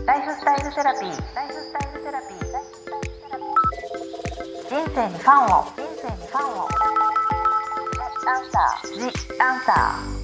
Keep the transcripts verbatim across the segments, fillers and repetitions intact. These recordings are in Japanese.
ライフスタイルセラピー。ライフスタイルセラピー。人生にファンを。人生にファンを。アンサー。ジアンサ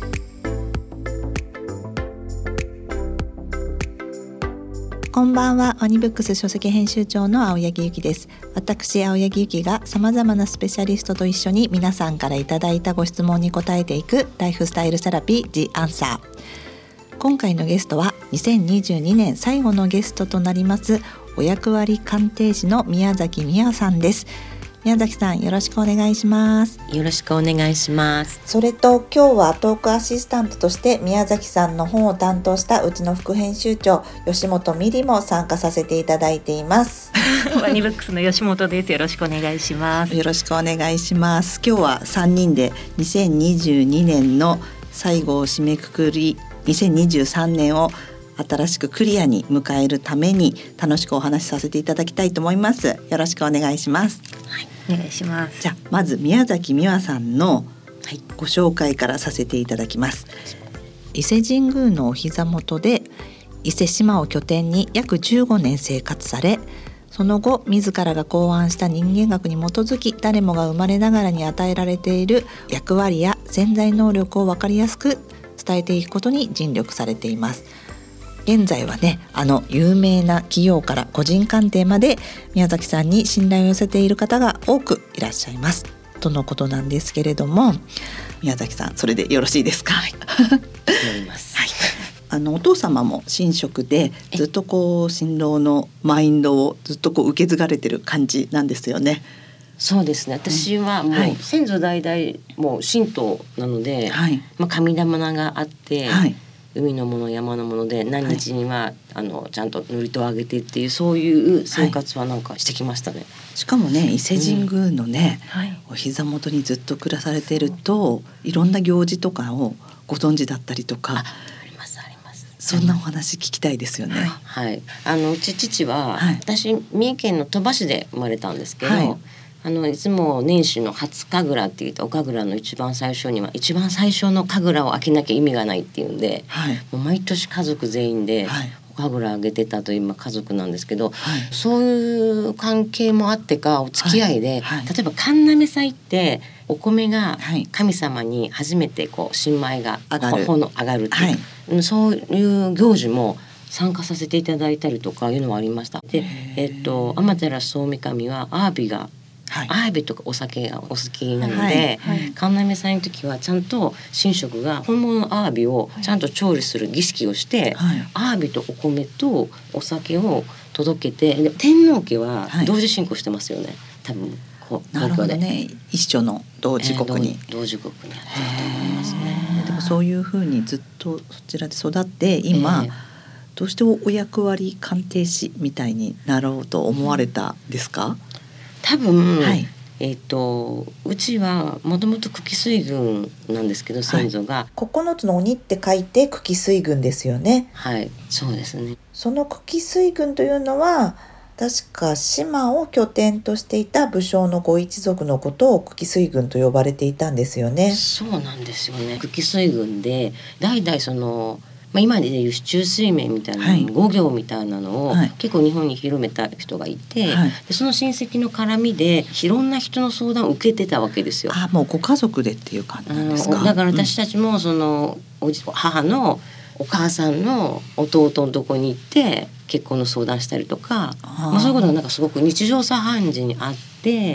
ー。こんばんは。ワニブックス書籍編集長の青柳ゆきです。私青柳ゆきがさまざまなスペシャリストと一緒に皆さんからいただいたご質問に答えていくライフスタイルセラピー The Answer。今回のゲストはにせんにじゅうにねん最後のゲストとなりますお役割鑑定士の宮崎美和さんです。宮崎さん、よろしくお願いします。 よろしくお願いします。 それと今日はトークアシスタントとして宮崎さんの本を担当したうちの副編集長吉本美里も参加させていただいていますワニブックスの吉本です。よろしくお願いします。 よろしくお願いします。今日はさんにんでにせんにじゅうにねんの最後を締めくくりにせんにじゅうさんねんを新しくクリアに迎えるために楽しくお話しさせていただきたいと思います。よろしくお願いします。 はい、お願いします。 じゃあまず宮崎美和さんのご紹介からさせていただきます。伊勢神宮のお膝元で伊勢志摩を拠点に約じゅうごねん生活され、その後自らが考案した人間学に基づき誰もが生まれながらに与えられている役割や潜在能力を分かりやすく伝えていくことに尽力されています。現在はね、あの有名な企業から個人鑑定まで宮崎さんに信頼を寄せている方が多くいらっしゃいますとのことなんですけれども、宮崎さん、それでよろしいですか？はい、 思います。 はい、あのお父様も神職でずっとこう新郎のマインドをずっとこう受け継がれてる感じなんですよね。 そうですね。私はもう先祖代々もう神道なので、はい、まあ、神玉があって、はい、海のもの山のもので何日には、はい、あのちゃんと祝詞をあげてっていうそういう生活はなんかしてきましたね。はい、 しかもね、伊勢神宮のね、うん、はい、お膝元にずっと暮らされているといろんな行事とかをご存知だったりとか。あそんなお話聞きたいですよね。 はい、あのうち父は、はい、私三重県の鳥羽市で生まれたんですけど、はい、あのいつも年始の初神楽って言ってお神楽の一番最初には一番最初の神楽を開けなきゃ意味がないっていうんで、はい、もう毎年家族全員で、はい、お神楽あげてたという今家族なんですけど、はい、そういう関係もあってかお付き合いで、はいはい、例えば神嘗祭ってお米が神様に初めてこう新米が上がる、上がるっていう、はい、そういう行事も参加させていただいたりとかいうのはありました。で、えっと天照総御神はアワビがはい、アワビとかお酒がお好きなので、はいはい、神嘗祭の時はちゃんと神職が本物のアワビをちゃんと調理する儀式をして、はい、アワビとお米とお酒を届けて、で天皇家は同時進行してますよね、はい、多分こうなるほどね、一緒の同時刻に、 えー、同時刻にやってると思いますね。 でもそういうふうにずっとそちらで育って今、えー、どうしてお役割鑑定士みたいになろうと思われたんですか？ 多分、はい、えー、とうちはもともと九鬼水軍なんですけど、先祖が、はい、 ここのつの鬼って書いて九鬼水軍ですよね。 はい、そうですね。 その九鬼水軍というのは確か島を拠点としていた武将のご一族のことを九鬼水軍と呼ばれていたんですよね。 そうなんですよね。九鬼水軍で代々そのまあ、今でいう市中水面みたいな、はい、五行みたいなのを、はい、結構日本に広めた人がいて、はい、でその親戚の絡みでいろんな人の相談を受けてたわけですよ。 あ、もうご家族でっていう感じなんですか？ だから私たちもその、うん、おじ母のお母さんの弟のとこに行って結婚の相談したりとか、あ、まあ、そういうことがなんかすごく日常茶飯事にあって、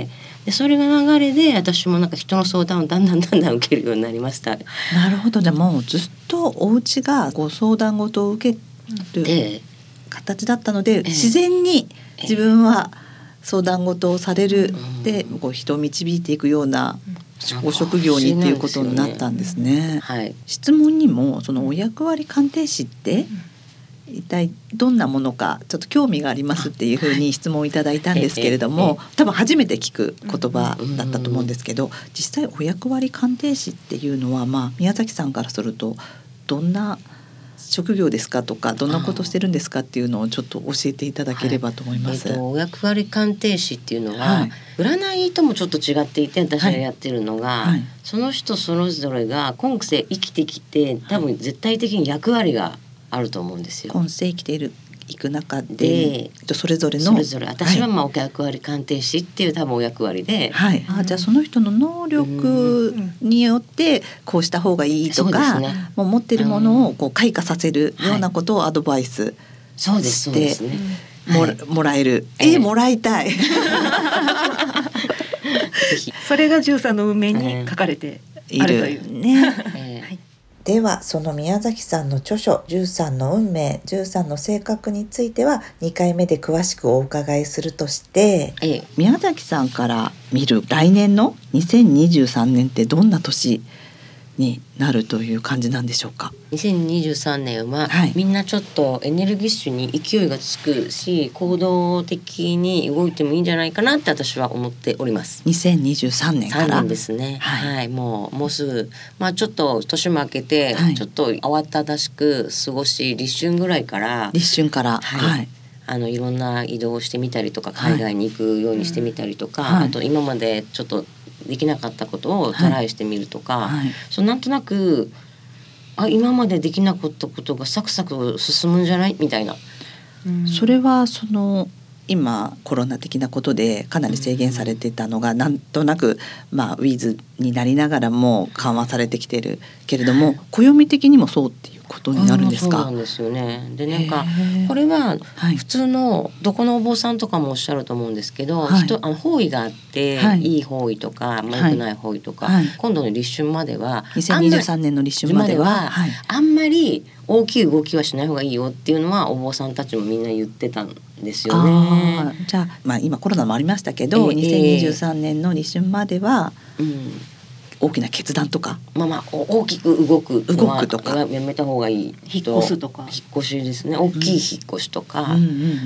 でそれが流れで私もなんか人の相談をだんだんだんだん受けるようになりました。 なるほど。でもずっとお家がご相談事を受ける形だったので、えー、自然に自分は相談事をされる、えー、でこう人を導いていくようなご職業にっていうことになったんですね。はい、質問にもそのお役割鑑定士って一体どんなものかちょっと興味がありますっていうふうに質問をいただいたんですけれども、多分初めて聞く言葉だったと思うんですけど、実際お役割鑑定士っていうのは、まあ、宮崎さんからするとどんな職業ですかとかどんなことしてるんですかっていうのをちょっと教えていただければと思います。 はい、えーと、お役割鑑定士っていうのは、はい、占いともちょっと違っていて私がやってるのが、はいはい、その人それぞれが今世生きてきて多分絶対的に役割があると思うんですよ。 今世生きているいく中でそれぞれのそれぞれ私はまあお役割鑑定士っていう多分お役割で、 はい、あじゃあその人の能力によってこうした方がいいとか、ね、もう持っているものをこう開花させるようなことをアドバイスしてもら、もらえる、えー、えー、もらいたいそれがじゅうさんの運命に書かれてあるというね、 えーはい、ではその宮崎さんの著書じゅうさんの運命じゅうさんの性格についてはにかいめで詳しくお伺いするとして、 えー、宮崎さんから見る来年のにせんにじゅうさんねんってどんな年になるという感じなんでしょうか。 にせんにじゅうさんねんは、はい、みんなちょっとエネルギッシュに勢いがつくし行動的に動いてもいいんじゃないかなって私は思っております。 にせんにじゅうさんねんからさんねんですね、はいはい、もうもうすぐ、まあ、ちょっと年も明けて、はい、ちょっと慌ただしく過ごし立春ぐらいから立春から、はいはい、 あのいろんな移動をしてみたりとか海外に行くようにしてみたりとか、はい、あと今までちょっとできなかったことをトライしてみるとか、はいはい、そうなんとなくあ今までできなかったことがサクサク進むんじゃないみたいな、 うん、それはその今コロナ的なことでかなり制限されていたのが、うん、なんとなく、まあ、ウィズになりながらも緩和されてきているけれども、暦的にもそうっていうことになるんですか。 そうなんですよね。でなんかこれは普通のどこのお坊さんとかもおっしゃると思うんですけど、はい、人あの方位があって、はい、いい方位とか良くない方位とか、はい、今度の立春まではにせんにじゅうさんねんの立春までは、 はい、あんまり大きい動きはしない方がいいよっていうのはお坊さんたちもみんな言ってたんですよね。 あじゃあ、まあ、今コロナもありましたけど、えー、にせんにじゅうさんねんの立春までは、うん、大きな決断とか、 まあまあ大きく動く動くとかやめた方がいい引っ越すとか引っ越しですね、大きい引っ越しとか、うん、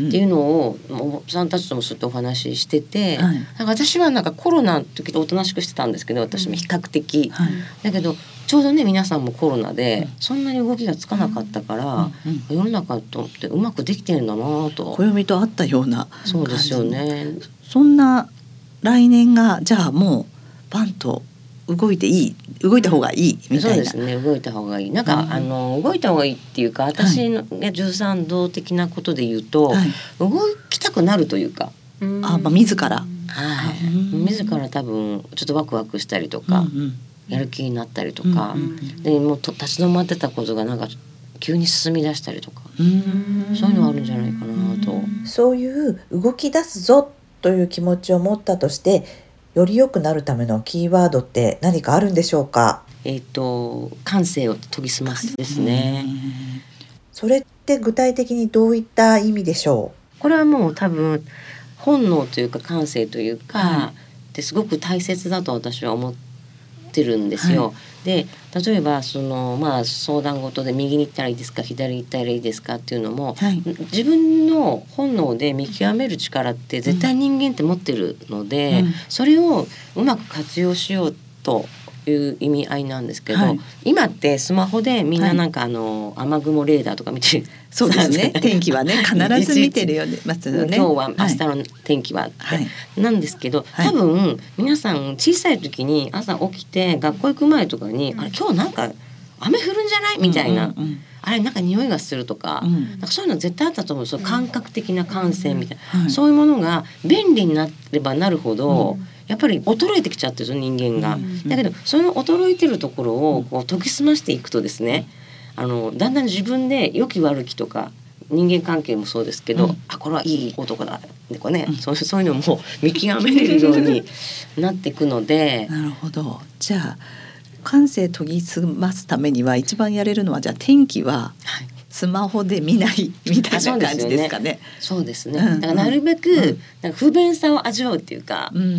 っていうのをお坊さんたちともそうやってお話ししてて、はい、なんか私はなんかコロナの時おとなしくしてたんですけど私も比較的、はい、だけどちょうどね皆さんもコロナでそんなに動きがつかなかったから、うんうん、世の中とってうまくできてるんだなと暦とあったようなそうですよね。 そんな来年がじゃあもうバンと動いていい動いた方がいいみたいな。 そうですね動いた方がいいなんか、うん、あの動いた方がいいっていうか私のじゅうさん道的なことで言うと、はい、動きたくなるというか、 あ、まあ、自ら、 はい、自ら多分ちょっとワクワクしたりとか、うんうん、やる気になったりとか、うんうん、でもうと立ち止まってたことがなんか急に進み出したりとか、うんそういうのがあるんじゃないかなと。 そういう動き出すぞという気持ちを持ったとしてより良くなるためのキーワードって何かあるんでしょうか。 えっと感性を研ぎ澄ますですね。 それって具体的にどういった意味でしょう。これはもう多分本能というか感性というか、はい、ってすごく大切だと私は思ってるんですよ。はい、で例えばその、まあ、相談事で右に行ったらいいですか左に行ったらいいですかっていうのも、はい、自分の本能で見極める力って絶対人間って持ってるので、うん、それをうまく活用しようという意味合いなんですけど、はい、今ってスマホでみんななんかあの、はい、雨雲レーダーとか見てる。 そうですね天気はね必ず見てるよねますよね。 今日は明日の天気はって、はい、なんですけど、はい、多分皆さん小さい時に朝起きて学校行く前とかに、うん、あれ今日なんか雨降るんじゃないみたいな、うんうんうん、あれなんか匂いがするとか、うん、なんかそういうの絶対あったと思う。そう感覚的な感性みたいな、うん、そういうものが便利になればなるほど、うんやっぱり衰えてきちゃってる人間が、うん、だけどその衰えてるところをこう研ぎ澄ましていくとですね、あのだんだん自分で良き悪きとか人間関係もそうですけど、うん、あこれはいい男だとかね、うん、そう、そういうのも見極めれるようになっていくのでなるほど。じゃあ感性研ぎ澄ますためには一番やれるのはじゃあ天気は、はいスマホで見ないみたいな感じですかね。 そうですね。だからなるべく、うん、なんか不便さを味わうっていうか、 うんうんうん、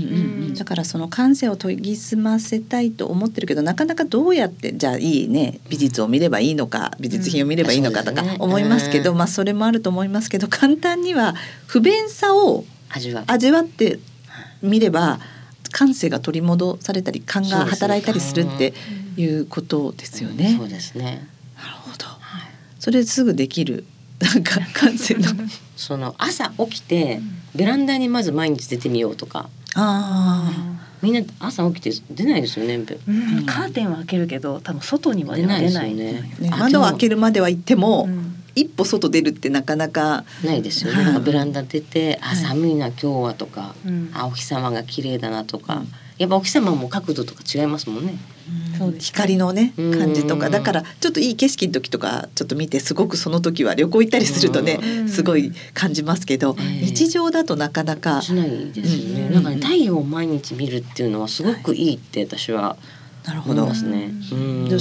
だからその感性を研ぎ澄ませたいと思ってるけどなかなかどうやってじゃあいいね美術を見ればいいのか美術品を見ればいいのかとか思いますけど、うん、まあそれもあると思いますけど簡単には不便さを味わう味わってみれば感性が取り戻されたり勘が働いたりするっていうことですよね。 そうですね。 なるほど。それすぐできるなんか感性のその朝起きてベランダにまず毎日出てみようとか、 あみんな朝起きて出ないですよね、 うん、カーテンは開けるけど多分外には出ないですよね。 ね窓を開けるまでは行っても、うん、 一歩外出るってなかなかないですよね、なんかベランダ出て、あ寒いな今日はとか、 うん、 あお日様が綺麗だなとか、うん、やっぱお日様も角度とか違いますもんね、 うん、そうですね、光のね感じとか、だからちょっといい景色の時とかちょっと見て、すごくその時は旅行行ったりするとね、うん、すごい感じますけど、うん、日常だとなかなかしないですよね、うん、なんかね太陽を毎日見るっていうのはすごくいいって私はなるほど、 ますね、 うん、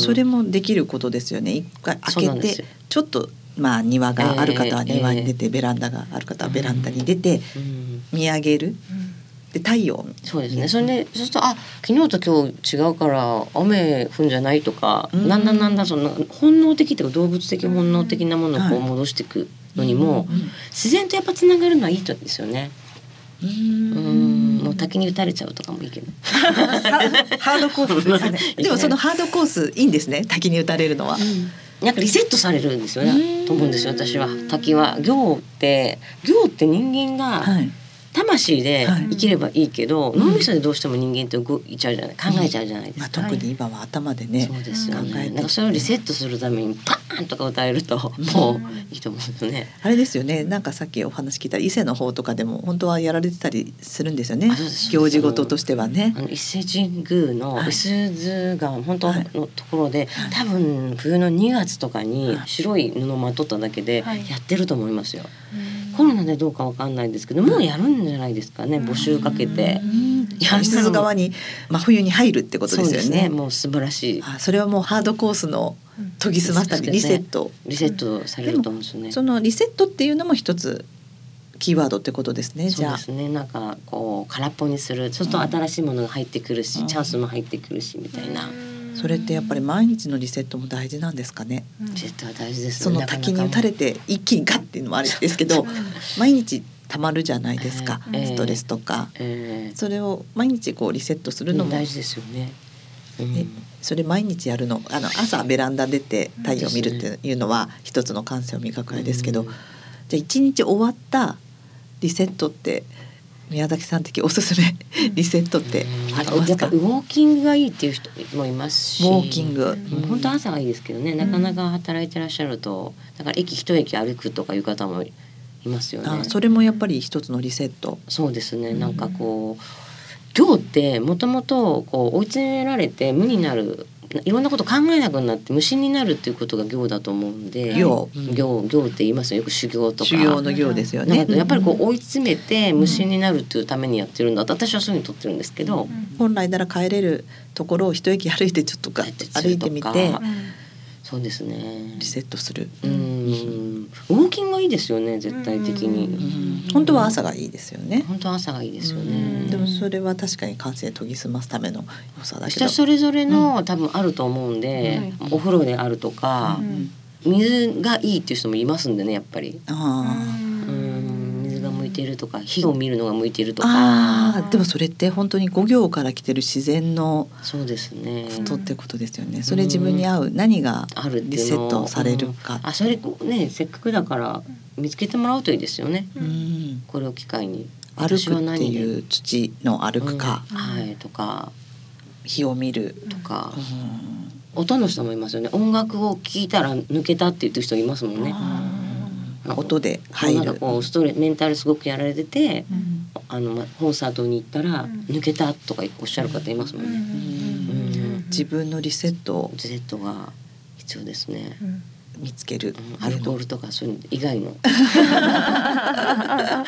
それもできることですよね。一回開けてちょっとまあ庭がある方は庭に出て、えー、ベランダがある方はベランダに出て、うん、見上げる、で太陽、 そうですね、それでそうするとあ昨日と今日違うから雨降るんじゃないとか、うん、なんだなんだその本能的というか動物的本能的なものをこう戻していくのにも、はい、自然とやっぱつながるのはいいとですよね。うーんもう滝に打たれちゃうとかもいいけどハードコースですねでもそのハードコースいいんですね、滝に打たれるのは、うん、 なんかリセットされるんですよねと思うんですよ私は。滝は行って行って人間が、はい、魂で生きればいいけど、はい、脳みそでどうしても人間って動いちゃうじゃない、考えちゃうじゃないですか、 うんまあ、特に今は頭でね、 そうですよね、なんかそれをリセットするためにパーンとか歌えるともういいと思うんですよね。 あれですよね、なんかさっきお話聞いた伊勢の方とかでも本当はやられてたりするんですよね、行事事としてはね。 あの伊勢神宮の伊勢津川本当のところで、はい、多分冬のにがつとかに白い布をまとっただけでやってると思いますよ、はい、コロナでどうかわかんないですけどもうやるんじゃないですかね、募集かけて伊勢津川に真冬に入るってことですよね。 そうですね、もう素晴らしい。 あそれはもうハードコースの研ぎ澄ましたりリセット、 リセットされると思うんですよね。 そのリセットっていうのも一つキーワードってことですね。じゃあそうですね、なんかこう空っぽにする、そうすると新しいものが入ってくるし、うん、チャンスも入ってくるしみたいな。 それってやっぱり毎日のリセットも大事なんですかね。 リセットは大事ですね。 その滝に打たれて一気にガッっていうのもあるんですけど毎日たまるじゃないですか、えー、ストレスとか、えー、それを毎日こうリセットするのも大事ですよね、 うん、それ毎日やるの、あの朝ベランダ出て太陽を見るっていうのは一つの感性を磨くあれですけど、うん、じゃあ一日終わったリセットって宮崎さん的おすすめリセットってありますか？ やっぱウォーキングがいいっていう人もいますし、 ウォーキング、 うん、本当朝がいいですけどね、なかなか働いてらっしゃるとだから駅一駅歩くとかいう方もいますよね。 あ、それもやっぱり一つのリセット。 そうですね、なんかこう行ってもともとこう追い詰められて無になる、いろんなこと考えなくなって無心になるっていうことが行だと思うんで、 行、 行、行って言いますよ、よく修行とか。 修行の行ですよね。 やっぱりこう追い詰めて無心になるっていうためにやってるんだと私はそういうふうにとってるんですけど、うん、 本来なら帰れるところを一駅歩いてちょっとか歩いてみて、 そうですね、 リセットする。 うん、ウォーキングがいいですよね、絶対的に。 うん、本当は朝がいいですよね。 本当は朝がいいですよね。 でもそれは確かに感性研ぎ澄ますための良さだけど、 人それぞれの、うん、多分あると思うんで、うん、お風呂であるとか、うん、水がいいっていう人もいますんでね、やっぱり。あうん水が向いているとか火を見るのが向いているとか。 あでもそれって本当に五行から来てる自然のそうですねことってことですよね。それ自分に合う何がリセットされるか、 うん、あそれねせっかくだから見つけてもらうといいですよね、うん、これを機会に歩くっていう土の歩くか、 うん、はいとか火を見るとか、うん、音の人もいますよね。音楽を聴いたら抜けたって言ってる人いますもんね。 音で入る。 なんかこうストレメンタルすごくやられてて、うん、あのコンサートに行ったら抜けたとかおっしゃる方いますもんね、うんうん、自分のリセットリセットが必要ですね、うん、 見つける、 うん、アルコールとかそういう以外の確かに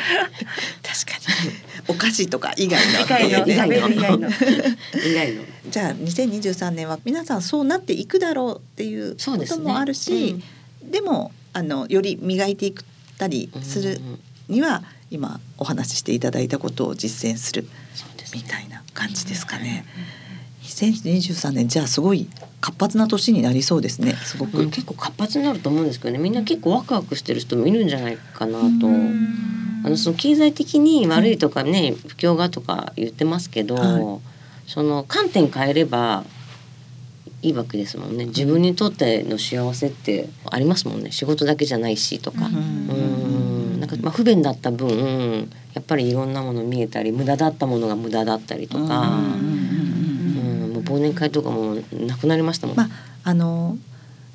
お菓子とか以外の以外の以外の以外の以外のじゃあにせんにじゅうさんねんは皆さんそうなっていくだろうっていうこともあるし、 で,、ねうん、でもあのより磨いていったりするには、うん、今お話ししていただいたことを実践するみたいな感じですかね。にせんにじゅうさんねんじゃあすごい活発な年になりそうですね。すごく、 うん、結構活発になると思うんですけどね。みんな結構ワクワクしてる人もいるんじゃないかなと。あのその経済的に悪いとかね、不況がとか言ってますけど、はい、その観点変えればいいわけですもんね。自分にとっての幸せってありますもんね。仕事だけじゃないしとか、うんうんなんかまあ不便だった分やっぱりいろんなもの見えたり無駄だったものが無駄だったりとか、うんうんもう忘年会とかもなくなりましたもん。 まああの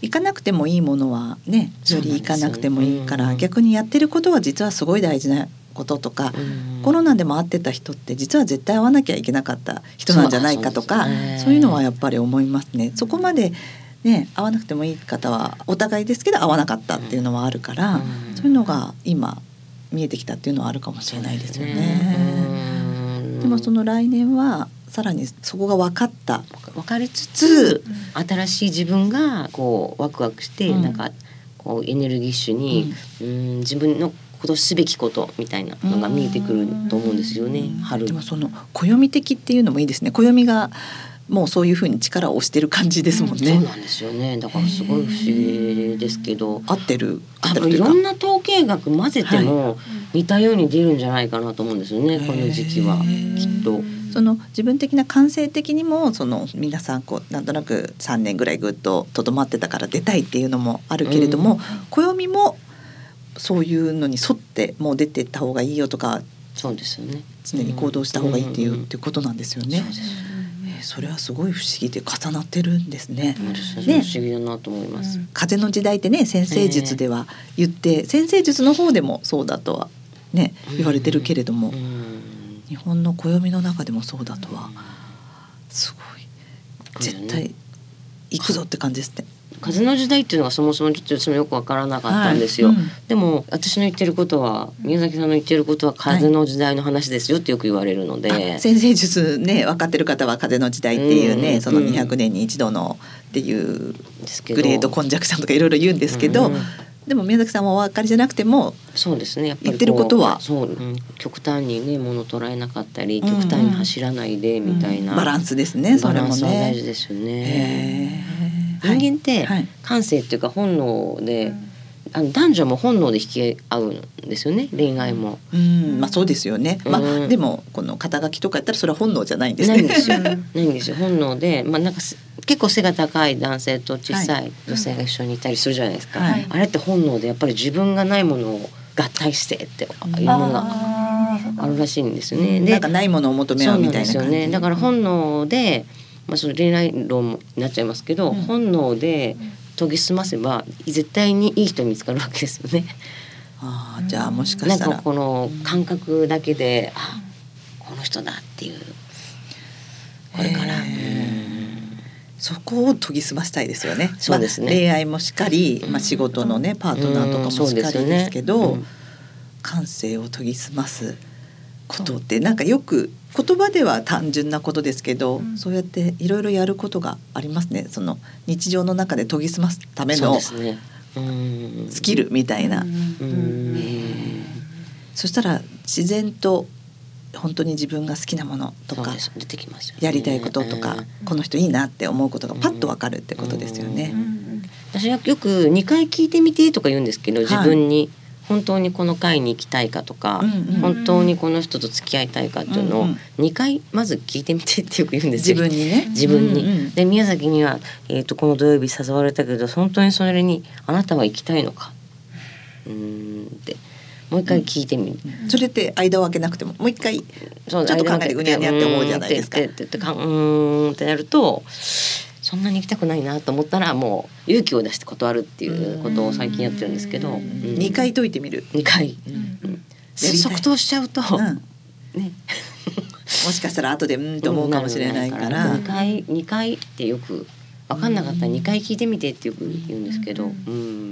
行かなくてもいいものはねより行かなくてもいいから、逆にやってることは実はすごい大事なこととか、コロナでも会ってた人って実は絶対会わなきゃいけなかった人なんじゃないかとか、 そう、 そういうのはやっぱり思いますね。そこまでね会わなくてもいい方はお互いですけど会わなかったっていうのはあるから、そういうのが今見えてきたっていうのはあるかもしれないですよね。でもその来年はさらにそこが分かった分かりつつ、新しい自分がこうワクワクして、うん、なんかこうエネルギッシュに、うん、うん自分の今年すべきことみたいなのが見えてくると思うんですよね。春。 でもその暦的っていうのもいいですね。暦がもうそういう風に力を押してる感じですもんね。 そうなんですよね。だからすごい不思議ですけど、 合ってる。 多分いろんな統計学混ぜても似たように出るんじゃないかなと思うんですよね。この時期はきっと。 その自分的な感性的にもその皆さんこうなんとなくさんねんぐらいぐっととどまってたから出たいっていうのもあるけれども、うん、暦もそういうのに沿ってもう出ていった方がいいよとか、 そうですよね。 常に行動した方がいいっていう、うん、っていうことなんですよね。 そうです。 えー、それはすごい不思議で重なってるんですね。 うん、ね、不思議だなと思います。 風の時代ってね占星術では言って、えー、占星術の方でもそうだとはね言われてるけれども、うんうん日本の暦の中でもそうだとはすごい絶対行くぞって感じですね。 風の時代っていうのがそもそもちょっと私もよく分からなかったんですよ、はいうん、でも私の言ってることは宮崎さんの言ってることは風の時代の話ですよってよく言われるので、はい、 占星術ね分かってる方は風の時代っていうね、うん、そのにひゃくねんに一度のっていうグレートコンジャクションとかいろいろ言うんですけど、うんでも宮崎さんはお分かりじゃなくてもそうですねやっぱり言ってることはそう、うん、極端にね物捉えなかったり、うんうん、極端に走らないでみたいな、 うん、バランスですね。それもねバランスは大事ですよね。人間って感性っていうか本能で、はい、あの男女も本能で引き合うんですよね恋愛も、 うんまあ、そうですよね、うんまあ、でもこの肩書きとかやったらそれは本能じゃないんですね。 ないんですよないんですよ本能で、まあ、なんか結構背が高い男性と小さい女性が一緒にいたりするじゃないですか、はい、あれって本能でやっぱり自分がないものを合体してっていうものがあるらしいんですよね。 でなんかないものを求め合うみたいな感じ。 そうなんですよね。だから本能で、まあ、その恋愛論になっちゃいますけど、うん、本能で研ぎ澄ませば絶対にいい人見つかるわけですよね。 あじゃあもしかしたらなんかこの感覚だけで、うん、あこの人だっていうこれからそこを研ぎ澄ましたいですよね。 そうですね、 まあ、恋愛もしっかり、まあ、仕事のね、うん、パートナーとかもしっかりですけど、うんうんねうん、感性を研ぎ澄ますことってなんかよく言葉では単純なことですけど、うん、そうやっていろいろやることがありますね。その日常の中で研ぎ澄ますためのスキルみたいな、うんうんえー、そしたら自然と本当に自分が好きなものとか出てきますよね、 やりたいこととか、うん、この人いいなって思うことがパッと分かるってことですよね、 うんうん、私はよくにかい聞いてみてとか言うんですけど、自分に本当にこの会に行きたいかとか、うんうん、本当にこの人と付き合いたいかっていうのをにかいまず聞いてみてってよく言うんですよ。 自分にね自分に、うんうん、で宮崎には、えーと、この土曜日誘われたけど本当にそれにあなたは行きたいのかうーんってもう一回聞いてみる、 うん、それって間を空けなくてももう一回ちょっと考えてうにゃうにゃって思うじゃないですか。 うーんってやるとそんなに行きたくないなと思ったらもう勇気を出して断るっていうことを最近やってるんですけど、うん、 にかい解いてみるにかい、うんうん、即答しちゃうと、うんね、 もしかしたら後でうんと思うかもしれないから、 にかいにかいってよく分かんなかったらにかい聞いてみてってよく言うんですけど、うん、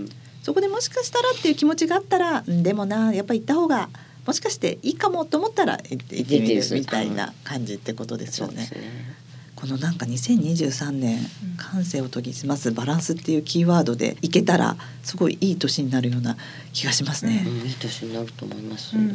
そこでもしかしたらっていう気持ちがあったらでもなやっぱり行った方がもしかしていいかもと思ったら行ってみるみたいな感じってことですよね。そうですね。このなんかにせんにじゅうさんねん感性を研ぎ澄ますバランスっていうキーワードでいけたらすごいいい年になるような気がしますね、 うん、いい年になると思います、うん、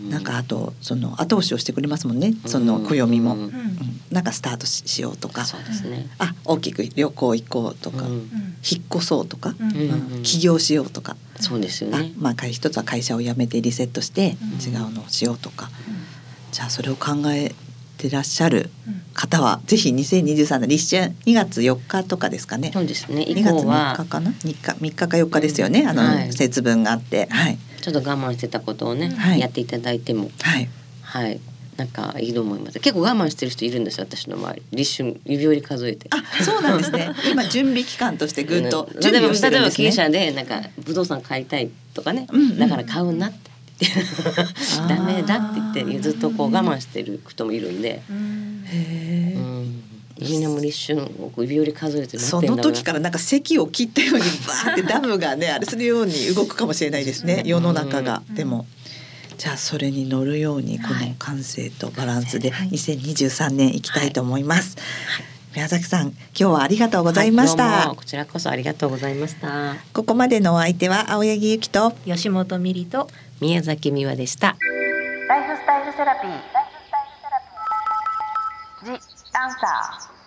なんかあとその後押しをしてくれますもんね、その暦も、うんうん、なんかスタート し, しようとか、 そうですね、 あ大きく旅行行こうとか、うん、引っ越そうとか、うんうん、起業しようとか、 そうですよね、 あ、まあ、一つは会社を辞めてリセットして違うのをしようとか、うん、じゃあそれを考えてらっしゃる方は、うん、ぜひにせんにじゅうさんねん立春にがつよっかとかですかね。 そうですね。 以降はにがつみっかかな、みっかみっかかよっかですよね、うん、あの、はい、節分があって、はい、 ちょっと我慢してたことをね、はい、やっていただいても、 はい、 はい、 なんかいいと思います。結構我慢してる人いるんですよ、私の周り。立春指折り数えて。 あ、そうなんですね。今準備期間としてぐっとうん、 準備をしてるんですね。 例えば例えば経営者でなんか不動産買いたいとかね、 うんうん、 だから買うなってダメだって言ってずっとこう我慢してる人もいるんで、 うん、へー、うん、 みんなも立春を指折り数えて待ってんだな。 その時からなんか堰を切ったようにバーってダムがねあれするように動くかもしれないですね、世の中が。でもじゃあそれに乗るようにこの感性とバランスでにせんにじゅうさんねんいきたいと思います、はいはい、宮崎さん今日はありがとうございました、はい、 どうもこちらこそありがとうございました。 ここまでのお相手は青柳ゆきと吉本美里と宮崎美和でした。 ライフスタイルセラピー、ジ・アンサー。